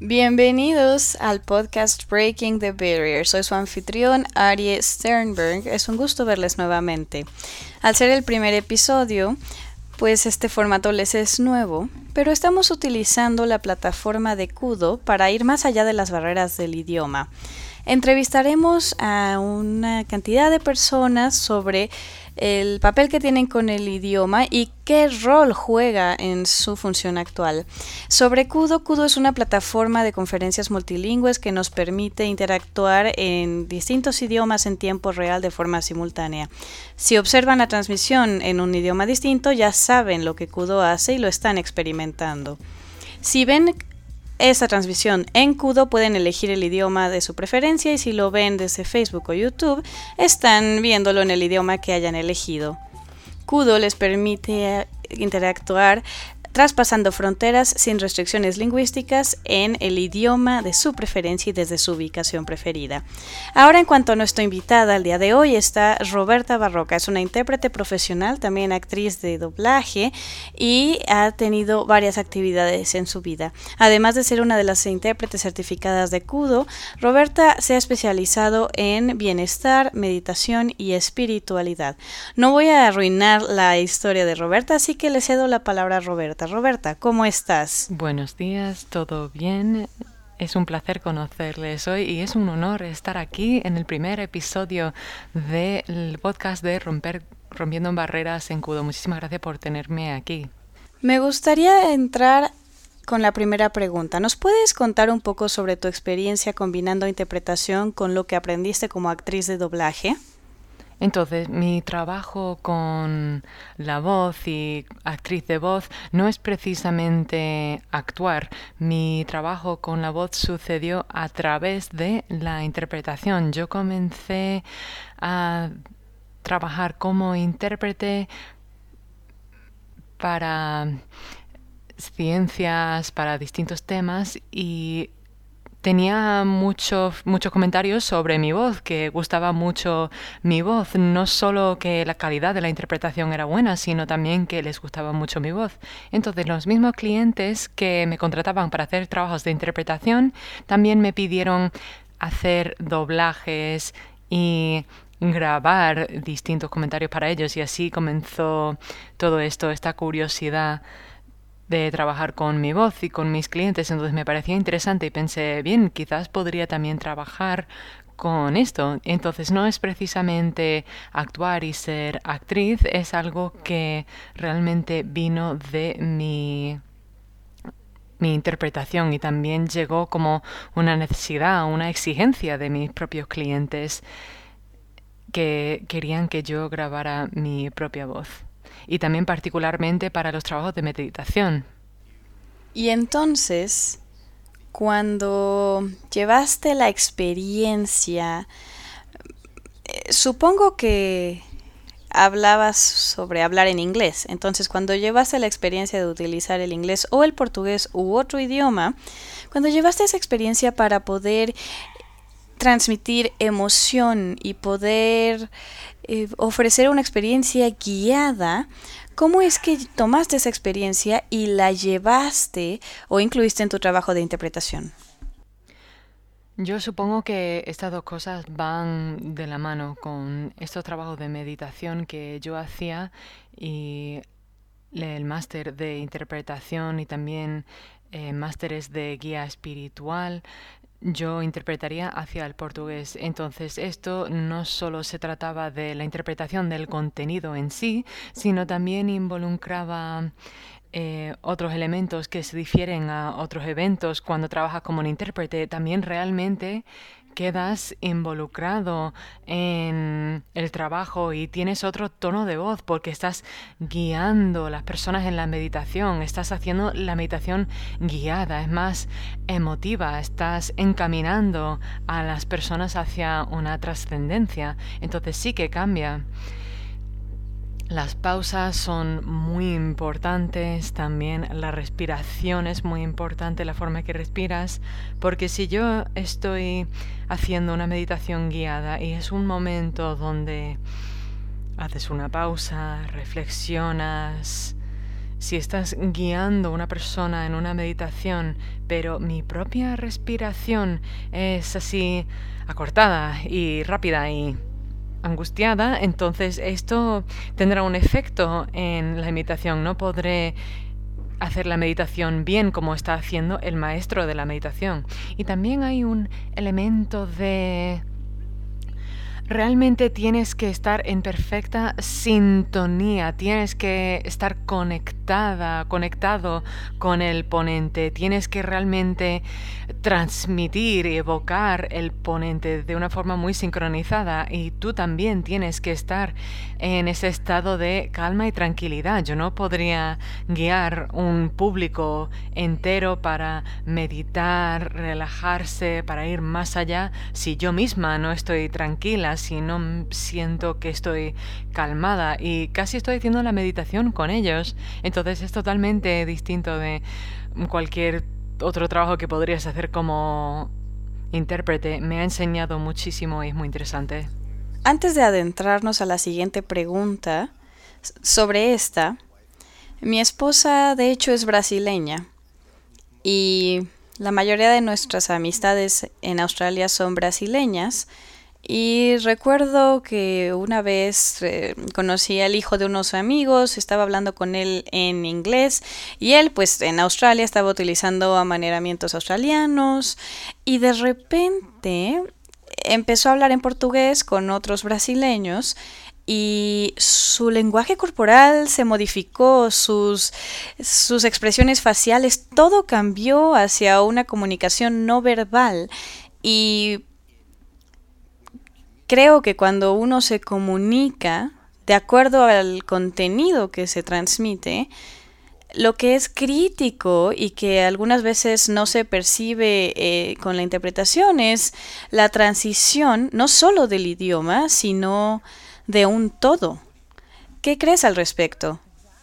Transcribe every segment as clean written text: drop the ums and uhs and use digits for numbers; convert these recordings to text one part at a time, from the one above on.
Bienvenidos al podcast Breaking the Barrier. Soy su anfitrión, Arie Sternberg. Es un gusto verles nuevamente. Al ser el primer episodio, pues este formato les es nuevo, pero estamos utilizando la plataforma de Kudo para ir más allá de las barreras del idioma. Entrevistaremos a una cantidad de personas sobre el papel que tienen con el idioma y qué rol juega en su función actual. Sobre Kudo, Kudo es una plataforma de conferencias multilingües que nos permite interactuar en distintos idiomas en tiempo real de forma simultánea. Si observan la transmisión en un idioma distinto, ya saben lo que Kudo hace y lo están experimentando. Si ven esta transmisión en Kudo, pueden elegir el idioma de su preferencia y si lo ven desde Facebook o YouTube, están viéndolo en el idioma que hayan elegido. Kudo les permite interactuar traspasando fronteras sin restricciones lingüísticas en el idioma de su preferencia y desde su ubicación preferida. Ahora, en cuanto a nuestra invitada el día de hoy, está Roberta Barroca. Es una intérprete profesional, también actriz de doblaje y ha tenido varias actividades en su vida. Además de ser una de las intérpretes certificadas de Kudo, Roberta se ha especializado en bienestar, meditación y espiritualidad. No voy a arruinar la historia de Roberta, así que le cedo la palabra a Roberta. Roberta, ¿cómo estás? Buenos días, ¿todo bien? Es un placer conocerles hoy y es un honor estar aquí en el primer episodio del podcast de Rompiendo Barreras en Kudo. Muchísimas gracias por tenerme aquí. Me gustaría entrar con la primera pregunta. ¿Nos puedes contar un poco sobre tu experiencia combinando interpretación con lo que aprendiste como actriz de doblaje? Entonces, mi trabajo con la voz y actriz de voz no es precisamente actuar. Mi trabajo con la voz sucedió a través de la interpretación. Yo comencé a trabajar como intérprete para ciencias, para distintos temas y tenía muchos comentarios sobre mi voz, que gustaba mucho mi voz. No solo que la calidad de la interpretación era buena, sino también que les gustaba mucho mi voz. Entonces, los mismos clientes que me contrataban para hacer trabajos de interpretación también me pidieron hacer doblajes y grabar distintos comentarios para ellos. Y así comenzó todo esto, esta curiosidad de trabajar con mi voz y con mis clientes. Entonces me parecía interesante y pensé, bien, quizás podría también trabajar con esto. Entonces no es precisamente actuar y ser actriz, es algo que realmente vino de mi interpretación y también llegó como una necesidad, una exigencia de mis propios clientes que querían que yo grabara mi propia voz. Y también particularmente para los trabajos de meditación. Y entonces, cuando llevaste la experiencia, supongo que hablabas sobre hablar en inglés. Entonces, cuando llevaste la experiencia de utilizar el inglés o el portugués u otro idioma, cuando llevaste esa experiencia para poder transmitir emoción y poder ofrecer una experiencia guiada, ¿cómo es que tomaste esa experiencia y la llevaste o incluiste en tu trabajo de interpretación? Yo supongo que estas dos cosas van de la mano con estos trabajos de meditación que yo hacía y el máster de interpretación y también másteres de guía espiritual. Yo interpretaría hacia el portugués. Entonces, esto no solo se trataba de la interpretación del contenido en sí, sino también involucraba otros elementos que se difieren a otros eventos. Cuando trabajas como un intérprete, también realmente quedas involucrado en el trabajo y tienes otro tono de voz porque estás guiando a las personas en la meditación, estás haciendo la meditación guiada, es más emotiva, estás encaminando a las personas hacia una trascendencia, entonces sí que cambia. Las pausas son muy importantes, también la respiración es muy importante, la forma que respiras, porque si yo estoy haciendo una meditación guiada y es un momento donde haces una pausa, reflexionas si estás guiando a una persona en una meditación, pero mi propia respiración es así acortada y rápida y angustiada, entonces esto tendrá un efecto en la meditación. No podré hacer la meditación bien como está haciendo el maestro de la meditación. Y también hay un elemento de... Realmente tienes que estar en perfecta sintonía, tienes que estar conectado con el ponente, tienes que realmente transmitir y evocar el ponente de una forma muy sincronizada, y tú también tienes que estar en ese estado de calma y tranquilidad. Yo no podría guiar un público entero para meditar, relajarse, para ir más allá, si yo misma no estoy tranquila, si no siento que estoy calmada, y casi estoy haciendo la meditación con ellos. Entonces es totalmente distinto de cualquier otro trabajo que podrías hacer como intérprete. Me ha enseñado muchísimo y es muy interesante. Antes de adentrarnos a la siguiente pregunta sobre esta, mi esposa de hecho es brasileña y la mayoría de nuestras amistades en Australia son brasileñas. Y recuerdo que una vez conocí al hijo de unos amigos, estaba hablando con él en inglés y él pues en Australia estaba utilizando amaneramientos australianos y de repente empezó a hablar en portugués con otros brasileños y su lenguaje corporal se modificó, sus expresiones faciales, todo cambió hacia una comunicación no verbal. Y creo que cuando uno se comunica de acuerdo al contenido que se transmite, lo que es crítico y que algunas veces no se percibe con la interpretación es la transición no solo del idioma, sino de un todo. ¿Qué crees al respecto?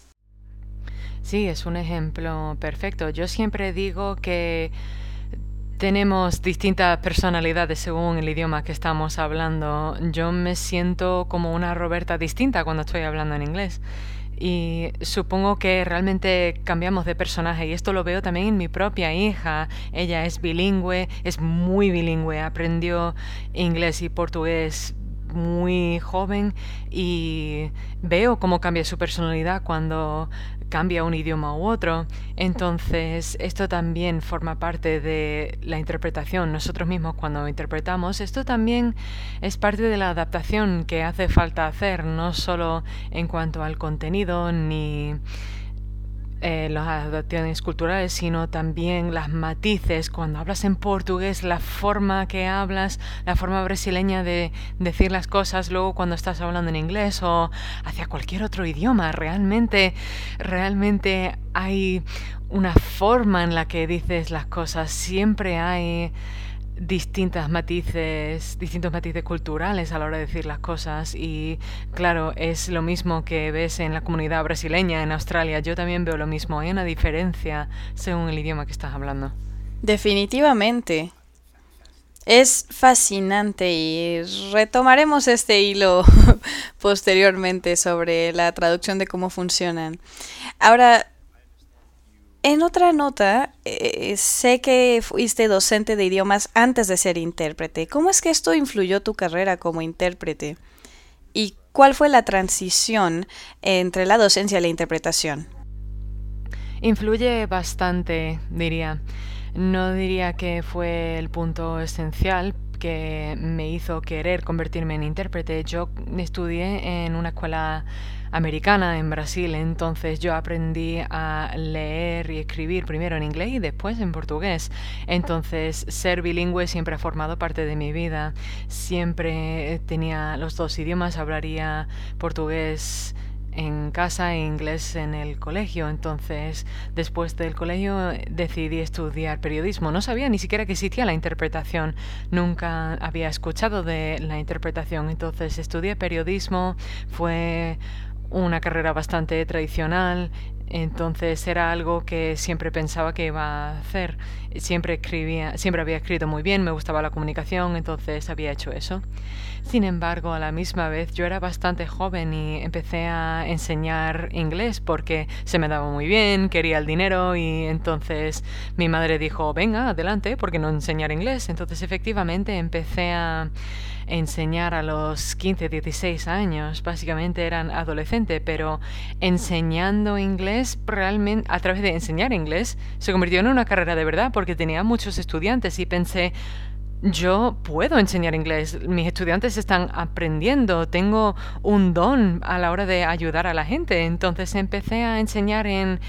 Sí, es un ejemplo perfecto. Yo siempre digo que tenemos distintas personalidades según el idioma que estamos hablando. Yo me siento como una Roberta distinta cuando estoy hablando en inglés. Y supongo que realmente cambiamos de personaje, y esto lo veo también en mi propia hija. Ella es bilingüe, es muy bilingüe, aprendió inglés y portugués muy joven, y veo cómo cambia su personalidad cuando cambia un idioma u otro. Entonces esto también forma parte de la interpretación. Nosotros mismos cuando interpretamos, esto también es parte de la adaptación que hace falta hacer, no solo en cuanto al contenido ni las adaptaciones culturales, sino también las matices. Cuando hablas en portugués, la forma que hablas, la forma brasileña de decir las cosas, luego cuando estás hablando en inglés o hacia cualquier otro idioma, realmente hay una forma en la que dices las cosas. Siempre hay distintos matices culturales a la hora de decir las cosas, y claro, es lo mismo que ves en la comunidad brasileña en Australia. Yo también veo lo mismo, hay una diferencia según el idioma que estás hablando. Definitivamente. Es fascinante y retomaremos este hilo posteriormente sobre la traducción de cómo funcionan. Ahora, en otra nota, sé que fuiste docente de idiomas antes de ser intérprete. ¿Cómo es que esto influyó tu carrera como intérprete? ¿Y cuál fue la transición entre la docencia y la interpretación? Influye bastante, diría. No diría que fue el punto esencial que me hizo querer convertirme en intérprete. Yo estudié en una escuela americana en Brasil, entonces yo aprendí a leer y escribir primero en inglés y después en portugués. Entonces ser bilingüe siempre ha formado parte de mi vida. Siempre tenía los dos idiomas, hablaría portugués en casa e inglés en el colegio. Entonces, después del colegio decidí estudiar periodismo. No sabía ni siquiera que existía la interpretación. Nunca había escuchado de la interpretación. Entonces, estudié periodismo. Fue una carrera bastante tradicional Entonces era algo que siempre pensaba que iba a hacer. Siempre había escrito muy bien, me gustaba la comunicación, entonces había hecho eso. Sin embargo, a la misma vez yo era bastante joven y empecé a enseñar inglés porque se me daba muy bien, quería el dinero y entonces mi madre dijo, venga, adelante, ¿por qué no enseñar inglés? Entonces efectivamente empecé a enseñar a los 15, 16 años, básicamente eran adolescente, pero enseñando inglés, realmente a través de enseñar inglés, se convirtió en una carrera de verdad porque tenía muchos estudiantes y pensé, yo puedo enseñar inglés, mis estudiantes están aprendiendo, tengo un don a la hora de ayudar a la gente, entonces empecé a enseñar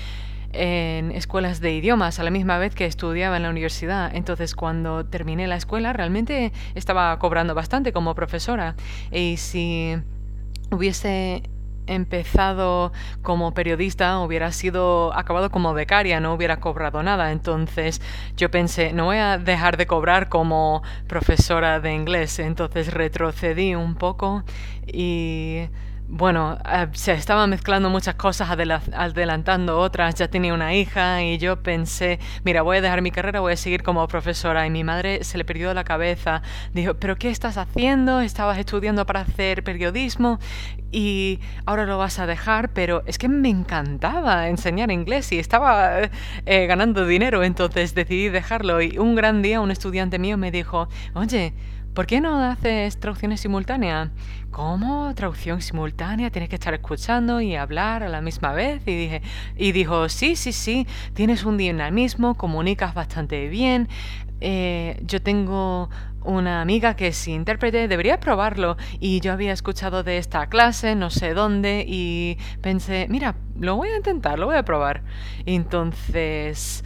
en escuelas de idiomas a la misma vez que estudiaba en la universidad. Entonces, cuando terminé la escuela, realmente estaba cobrando bastante como profesora. Y si hubiese empezado como periodista, hubiera sido acabado como becaria, no hubiera cobrado nada. Entonces yo pensé, no voy a dejar de cobrar como profesora de inglés. Entonces retrocedí un poco y bueno, se estaban mezclando muchas cosas, adelantando otras, ya tenía una hija y yo pensé, mira, voy a dejar mi carrera, voy a seguir como profesora. Y mi madre se le perdió la cabeza, dijo, ¿pero qué estás haciendo? Estabas estudiando para hacer periodismo y ahora lo vas a dejar, pero es que me encantaba enseñar inglés y estaba ganando dinero, entonces decidí dejarlo. Y un gran día un estudiante mío me dijo, oye, ¿por qué no haces traducciones simultáneas? ¿Cómo? ¿Traducción simultánea? Tienes que estar escuchando y hablar a la misma vez. Y dijo, sí, tienes un dinamismo, comunicas bastante bien. Yo tengo una amiga que es intérprete, debería probarlo. Y yo había escuchado de esta clase, no sé dónde, y pensé, mira, lo voy a intentar, lo voy a probar. Entonces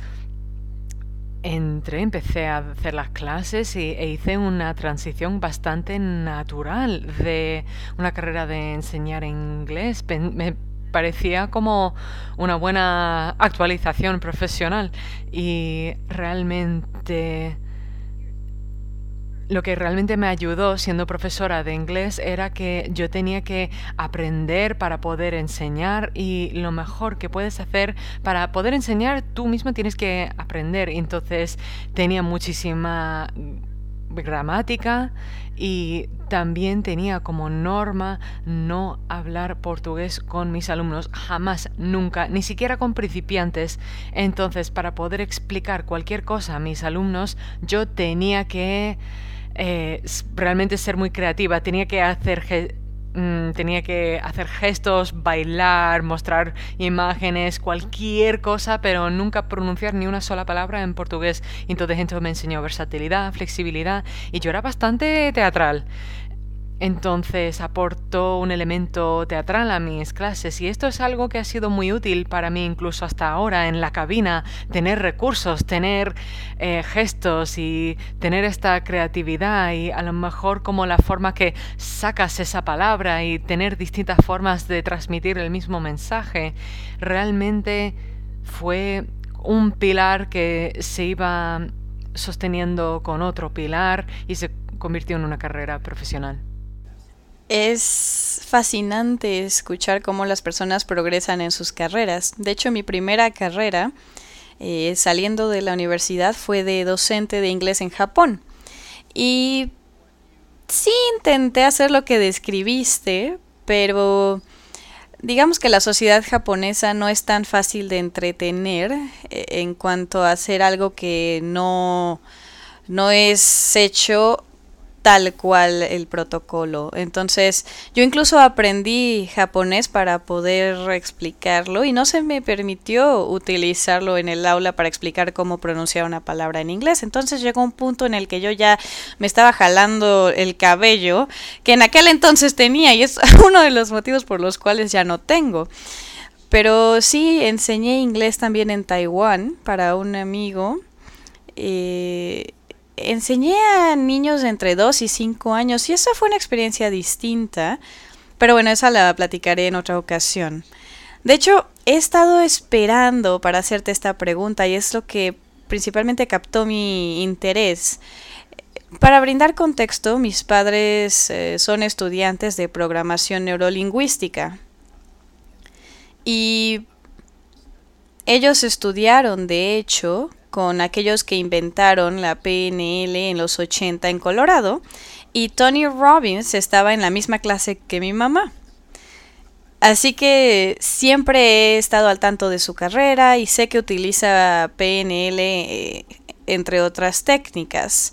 empecé a hacer las clases e hice una transición bastante natural de una carrera de enseñar inglés. Me parecía como una buena actualización profesional y realmente lo que realmente me ayudó siendo profesora de inglés era que yo tenía que aprender para poder enseñar y lo mejor que puedes hacer para poder enseñar tú mismo tienes que aprender. Entonces tenía muchísima gramática y también tenía como norma no hablar portugués con mis alumnos, jamás, nunca, ni siquiera con principiantes. Entonces, para poder explicar cualquier cosa a mis alumnos, yo tenía que realmente ser muy creativa, tenía que hacer gestos, bailar, mostrar imágenes, cualquier cosa, pero nunca pronunciar ni una sola palabra en portugués. Entonces esto me enseñó versatilidad, flexibilidad y yo era bastante teatral. Entonces aportó un elemento teatral a mis clases y esto es algo que ha sido muy útil para mí incluso hasta ahora en la cabina, tener recursos, tener gestos y tener esta creatividad y a lo mejor como la forma que sacas esa palabra y tener distintas formas de transmitir el mismo mensaje. Realmente fue un pilar que se iba sosteniendo con otro pilar y se convirtió en una carrera profesional. Es fascinante escuchar cómo las personas progresan en sus carreras. De hecho, mi primera carrera, saliendo de la universidad, fue de docente de inglés en Japón. Y sí intenté hacer lo que describiste, pero digamos que la sociedad japonesa no es tan fácil de entretener en cuanto a hacer algo que no es hecho tal cual el protocolo. Entonces, yo incluso aprendí japonés para poder explicarlo y no se me permitió utilizarlo en el aula para explicar cómo pronunciar una palabra en inglés. Entonces llegó un punto en el que yo ya me estaba jalando el cabello que en aquel entonces tenía y es uno de los motivos por los cuales ya no tengo. Pero sí, enseñé inglés también en Taiwán para un amigo. Enseñé a niños de entre 2 y 5 años y esa fue una experiencia distinta, pero bueno, esa la platicaré en otra ocasión. De hecho, he estado esperando para hacerte esta pregunta y es lo que principalmente captó mi interés. Para brindar contexto, mis padres son estudiantes de programación neurolingüística y Ellos estudiaron, de hecho, con aquellos que inventaron la PNL en los 80 en Colorado, y Tony Robbins estaba en la misma clase que mi mamá. Así que siempre he estado al tanto de su carrera y sé que utiliza PNL entre otras técnicas.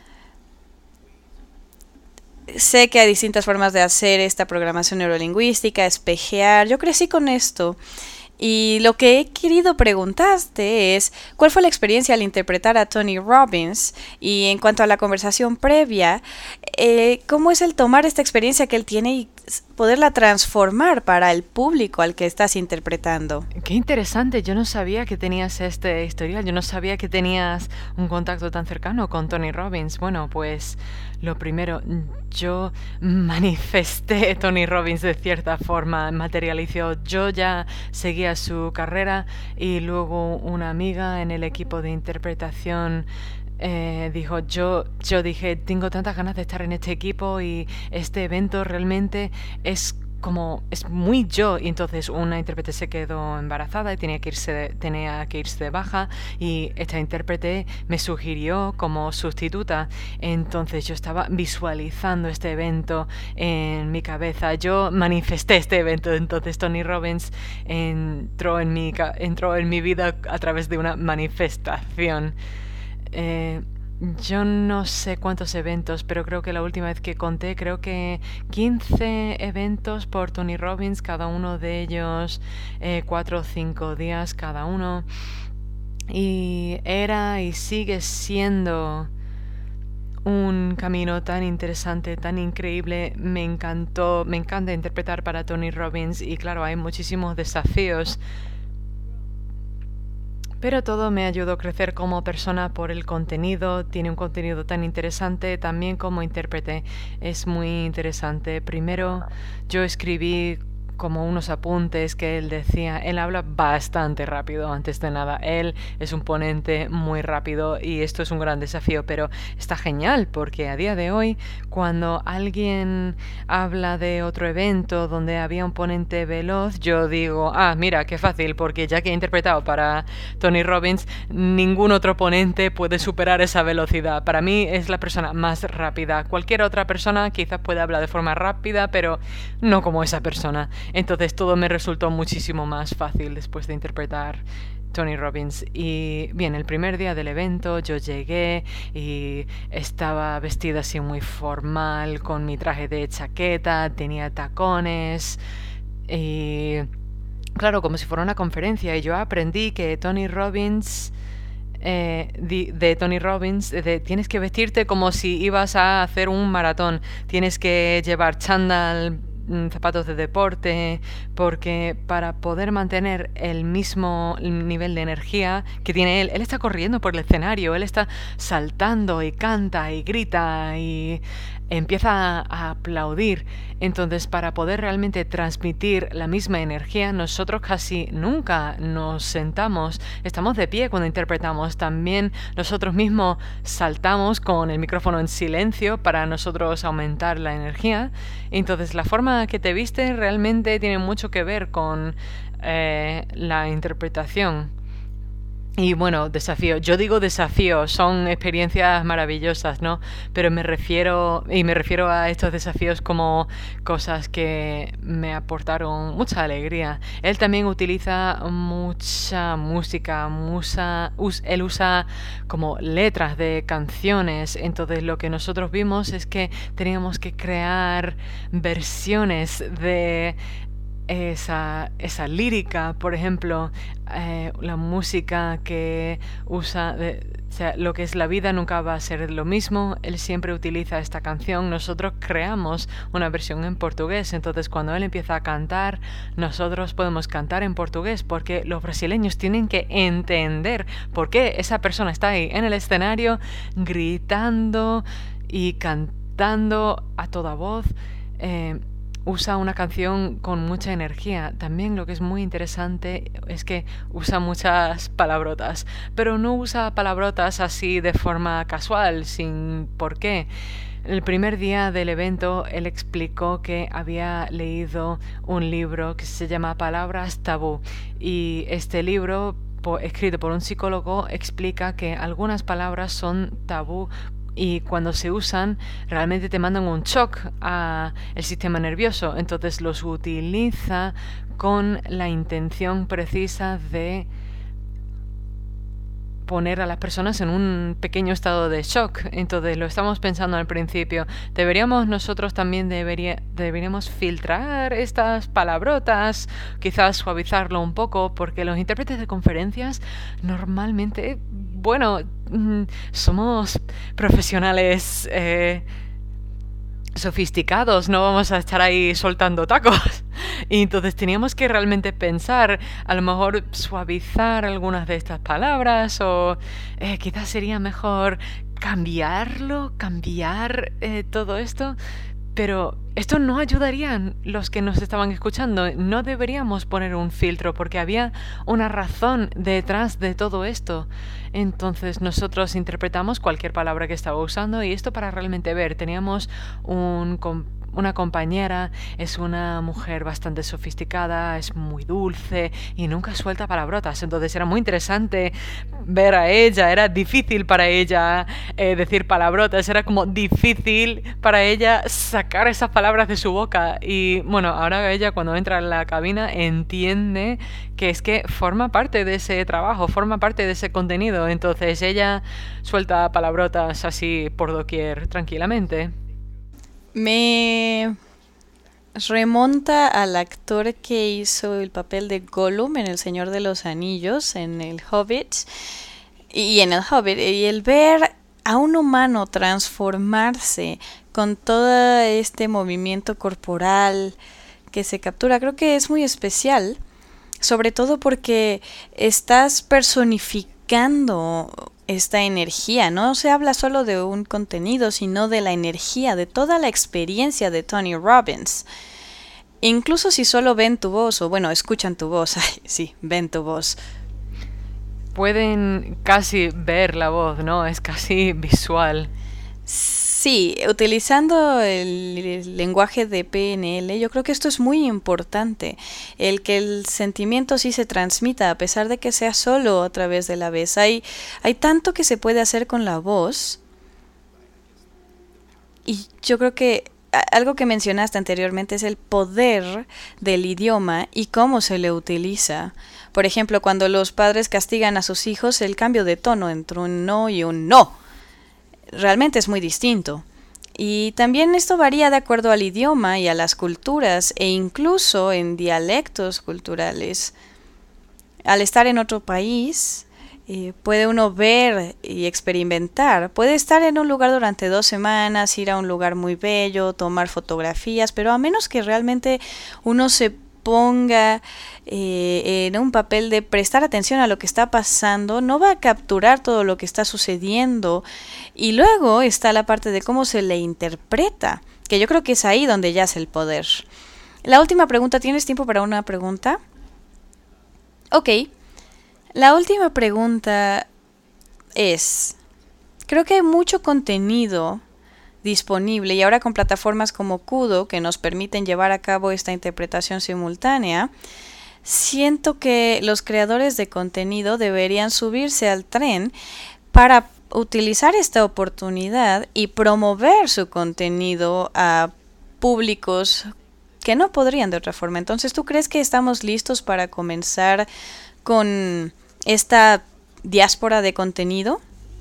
Sé que hay distintas formas de hacer esta programación neurolingüística, espejear. Yo crecí con esto. Y lo que he querido preguntarte es, ¿cuál fue la experiencia al interpretar a Tony Robbins? Y en cuanto a la conversación previa, ¿cómo es el tomar esta experiencia que él tiene y poderla transformar para el público al que estás interpretando? Qué interesante, yo no sabía que tenías este historial, yo no sabía que tenías un contacto tan cercano con Tony Robbins. Bueno, pues lo primero, yo manifesté Tony Robbins de cierta forma, materializó. Yo ya seguía su carrera y luego una amiga en el equipo de interpretación dijo, yo dije, tengo tantas ganas de estar en este equipo y este evento realmente es muy yo. Y entonces una intérprete se quedó embarazada y tenía que irse de baja, y esta intérprete me sugirió como sustituta. Entonces yo estaba visualizando este evento en mi cabeza, yo manifesté este evento. Entonces Tony Robbins entró en mi vida a través de una manifestación. Yo no sé cuántos eventos, pero creo que la última vez que conté, creo que 15 eventos por Tony Robbins, cada uno de ellos 4 o 5 días cada uno. Y era y sigue siendo un camino tan interesante, tan increíble. Me encanta interpretar para Tony Robbins, y claro, hay muchísimos desafíos. Pero todo me ayudó a crecer como persona por el contenido. Tiene un contenido tan interesante, también como intérprete. Es muy interesante. Primero, yo escribí como unos apuntes que él decía. Él habla bastante rápido, antes de nada. Él es un ponente muy rápido y esto es un gran desafío, pero está genial porque a día de hoy, cuando alguien habla de otro evento donde había un ponente veloz, yo digo, mira, qué fácil, porque ya que he interpretado para Tony Robbins, ningún otro ponente puede superar esa velocidad. Para mí es la persona más rápida. Cualquier otra persona quizás pueda hablar de forma rápida, pero no como esa persona. Entonces todo me resultó muchísimo más fácil después de interpretar Tony Robbins. Y bien, el primer día del evento yo llegué y estaba vestida así muy formal, con mi traje de chaqueta, tenía tacones y claro, como si fuera una conferencia. Y yo aprendí que Tony Robbins... tienes que vestirte como si ibas a hacer un maratón, tienes que llevar chándal, zapatos de deporte, porque para poder mantener el mismo nivel de energía que tiene él está corriendo por el escenario, él está saltando y canta y grita y empieza a aplaudir. Entonces, para poder realmente transmitir la misma energía, nosotros casi nunca nos sentamos, estamos de pie cuando interpretamos. También nosotros mismos saltamos con el micrófono en silencio para nosotros aumentar la energía. Entonces, la forma que te vistes realmente tiene mucho que ver con la interpretación. Y bueno, desafío. Yo digo desafíos, son experiencias maravillosas, ¿no? Pero me refiero a estos desafíos como cosas que me aportaron mucha alegría. Él también utiliza mucha música, él usa como letras de canciones. Entonces lo que nosotros vimos es que teníamos que crear versiones de esa lírica. Por ejemplo, la música que usa, o sea, lo que es la vida nunca va a ser lo mismo. Él siempre utiliza esta canción. Nosotros creamos una versión en portugués. Entonces, cuando él empieza a cantar, nosotros podemos cantar en portugués, porque los brasileños tienen que entender por qué esa persona está ahí en el escenario gritando y cantando a toda voz. Usa una canción con mucha energía. También lo que es muy interesante es que usa muchas palabrotas, pero no usa palabrotas así de forma casual, sin por qué. El primer día del evento, él explicó que había leído un libro que se llama Palabras Tabú. Y este libro, escrito por un psicólogo, explica que algunas palabras son tabú y cuando se usan realmente te mandan un shock al sistema nervioso. Entonces los utiliza con la intención precisa de poner a las personas en un pequeño estado de shock. Entonces lo estamos pensando al principio. Nosotros también deberíamos filtrar estas palabrotas, quizás suavizarlo un poco, porque los intérpretes de conferencias normalmente, bueno, somos profesionales sofisticados, no vamos a estar ahí soltando tacos. Y entonces teníamos que realmente pensar, a lo mejor suavizar algunas de estas palabras o quizás sería mejor cambiar todo esto. Pero esto no ayudaría los que nos estaban escuchando. No deberíamos poner un filtro porque había una razón detrás de todo esto. Entonces nosotros interpretamos cualquier palabra que estaba usando y esto para realmente ver. Teníamos una compañera, es una mujer bastante sofisticada, es muy dulce y nunca suelta palabrotas. Entonces era muy interesante ver a ella, era difícil para ella decir palabrotas, era como difícil para ella sacar esas palabras de su boca. Y bueno, ahora ella cuando entra en la cabina entiende que es que forma parte de ese trabajo, forma parte de ese contenido. Entonces ella suelta palabrotas así por doquier tranquilamente. Me remonta al actor que hizo el papel de Gollum en El Señor de los Anillos, en El Hobbit, y el ver a un humano transformarse con todo este movimiento corporal que se captura, creo que es muy especial, sobre todo porque estás personificando esta energía. No se habla solo de un contenido, sino de la energía, de toda la experiencia de Tony Robbins. Incluso si solo ven tu voz, o bueno, escuchan tu voz, sí, ven tu voz. Pueden casi ver la voz, ¿no? Es casi visual. Sí, utilizando el lenguaje de PNL, yo creo que esto es muy importante, el que el sentimiento sí se transmita, a pesar de que sea solo a través de la voz. Hay tanto que se puede hacer con la voz, y yo creo que algo que mencionaste anteriormente es el poder del idioma y cómo se le utiliza. Por ejemplo, cuando los padres castigan a sus hijos, el cambio de tono entre un no y un no realmente es muy distinto. Y también esto varía de acuerdo al idioma y a las culturas e incluso en dialectos culturales. Al estar en otro país, puede uno ver y experimentar. Puede estar en un lugar durante 2 semanas, ir a un lugar muy bello, tomar fotografías, pero a menos que realmente uno se ponga en un papel de prestar atención a lo que está pasando, no va a capturar todo lo que está sucediendo. Y luego está la parte de cómo se le interpreta, que yo creo que es ahí donde yace el poder. La última pregunta, ¿tienes tiempo para una pregunta? Ok, la última pregunta es, creo que hay mucho contenido disponible y ahora con plataformas como Kudo que nos permiten llevar a cabo esta interpretación simultánea, siento que los creadores de contenido deberían subirse al tren para utilizar esta oportunidad y promover su contenido a públicos que no podrían de otra forma. Entonces, ¿tú crees que estamos listos para comenzar con esta diáspora de contenido?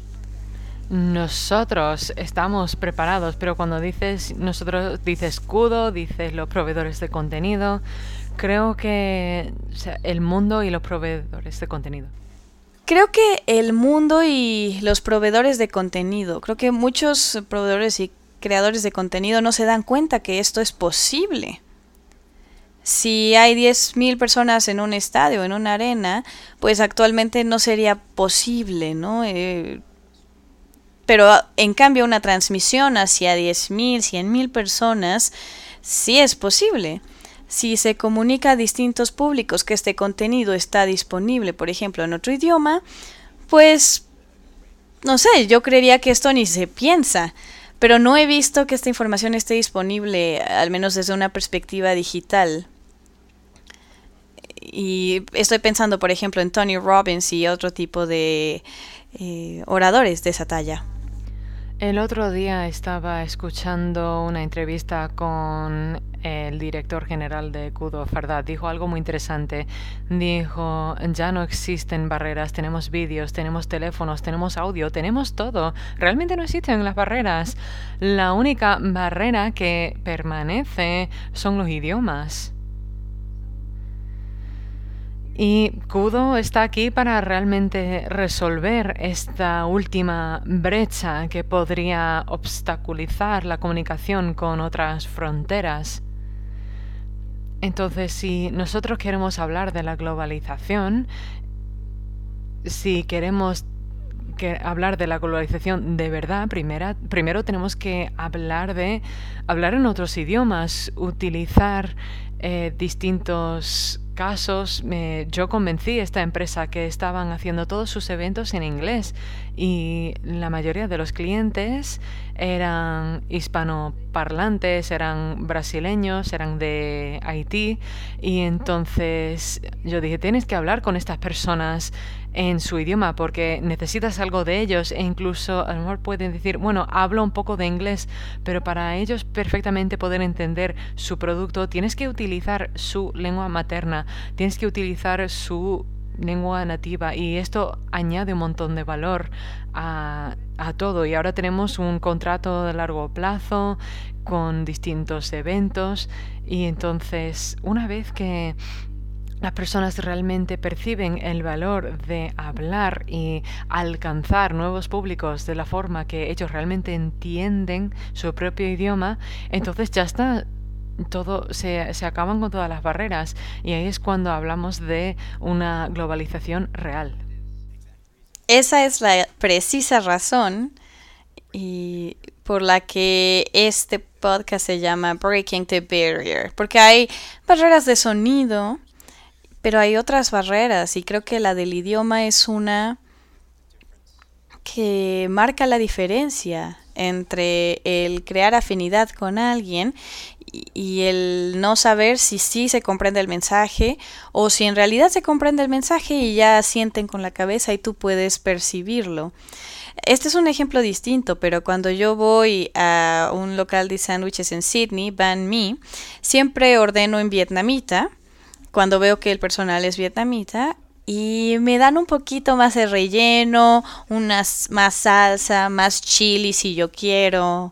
Nosotros estamos preparados, pero cuando dices nosotros, dices Kudo, dices los proveedores de contenido. Creo que el mundo y los proveedores de contenido. Creo que el mundo y los proveedores de contenido, creo que muchos proveedores y creadores de contenido no se dan cuenta que esto es posible. Si hay 10,000 personas en un estadio, en una arena, pues actualmente no sería posible, ¿no? Pero en cambio una transmisión hacia 10,000, 100,000 personas sí es posible. Si se comunica a distintos públicos que este contenido está disponible, por ejemplo, en otro idioma, pues, no sé, yo creería que esto ni se piensa. pero no he visto que esta información esté disponible, al menos desde una perspectiva digital. Y estoy pensando, por ejemplo, en Tony Robbins y otro tipo de oradores de esa talla. El otro día estaba escuchando una entrevista con el director general de Kudo, Fardad. Dijo algo muy interesante. Dijo, ya no existen barreras, tenemos vídeos, tenemos teléfonos, tenemos audio, tenemos todo. Realmente no existen las barreras. La única barrera que permanece son los idiomas. Y Kudo está aquí para realmente resolver esta última brecha que podría obstaculizar la comunicación con otras fronteras. Entonces, si nosotros queremos hablar de la globalización, si queremos hablar de la globalización de verdad, primero tenemos que hablar en otros idiomas, utilizar distintos casos. Yo convencí a esta empresa que estaban haciendo todos sus eventos en inglés y la mayoría de los clientes eran hispanoparlantes, eran brasileños, eran de Haití, y entonces yo dije, tienes que hablar con estas personas en su idioma porque necesitas algo de ellos, e incluso a lo mejor pueden decir, bueno, hablo un poco de inglés, pero para ellos perfectamente poder entender su producto tienes que utilizar su lengua materna, tienes que utilizar su lengua nativa, y esto añade un montón de valor a todo. Y ahora tenemos un contrato de largo plazo con distintos eventos, y entonces una vez que las personas realmente perciben el valor de hablar y alcanzar nuevos públicos de la forma que ellos realmente entienden su propio idioma, entonces ya está. Todo se acaban con todas las barreras, y ahí es cuando hablamos de una globalización real. Esa es la precisa razón y por la que este podcast se llama Breaking the Barrier, porque hay barreras de sonido, pero hay otras barreras, y creo que la del idioma es una que marca la diferencia entre el crear afinidad con alguien y el no saber si sí se comprende el mensaje o si en realidad se comprende el mensaje y ya asienten con la cabeza y tú puedes percibirlo. Este es un ejemplo distinto, pero cuando yo voy a un local de sándwiches en Sydney, Banh Mi, siempre ordeno en vietnamita cuando veo que el personal es vietnamita, y me dan un poquito más de relleno, más salsa, más chili si yo quiero.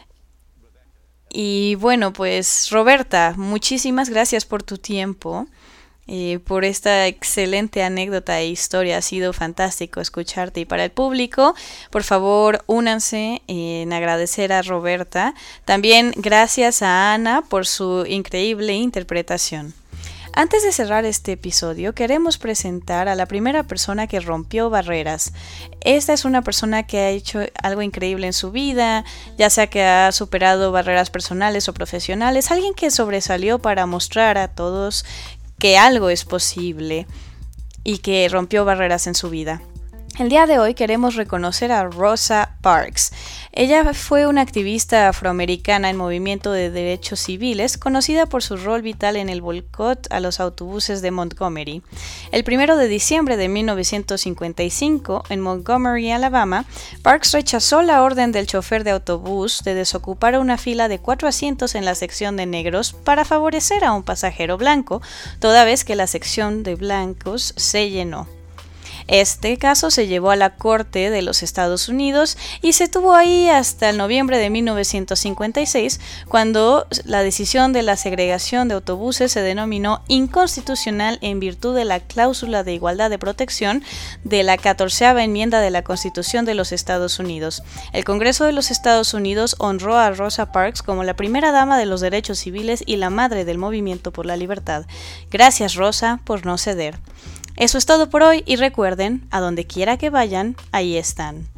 Y bueno, pues Roberta, muchísimas gracias por tu tiempo, por esta excelente anécdota e historia. Ha sido fantástico escucharte, y para el público, por favor, únanse en agradecer a Roberta. También gracias a Ana por su increíble interpretación. Antes de cerrar este episodio, queremos presentar a la primera persona que rompió barreras. Esta es una persona que ha hecho algo increíble en su vida, ya sea que ha superado barreras personales o profesionales, alguien que sobresalió para mostrar a todos que algo es posible y que rompió barreras en su vida. El día de hoy queremos reconocer a Rosa Parks. Ella fue una activista afroamericana en movimiento de derechos civiles, conocida por su rol vital en el boicot a los autobuses de Montgomery. El 1 de diciembre de 1955, en Montgomery, Alabama, Parks rechazó la orden del chofer de autobús de desocupar una fila de 4 asientos en la sección de negros para favorecer a un pasajero blanco, toda vez que la sección de blancos se llenó. Este caso se llevó a la Corte de los Estados Unidos y se tuvo ahí hasta el noviembre de 1956, cuando la decisión de la segregación de autobuses se denominó inconstitucional en virtud de la cláusula de igualdad de protección de la 14ª enmienda de la Constitución de los Estados Unidos. El Congreso de los Estados Unidos honró a Rosa Parks como la primera dama de los derechos civiles y la madre del movimiento por la libertad. Gracias, Rosa, por no ceder. Eso es todo por hoy, y recuerden, a donde quiera que vayan, ahí están.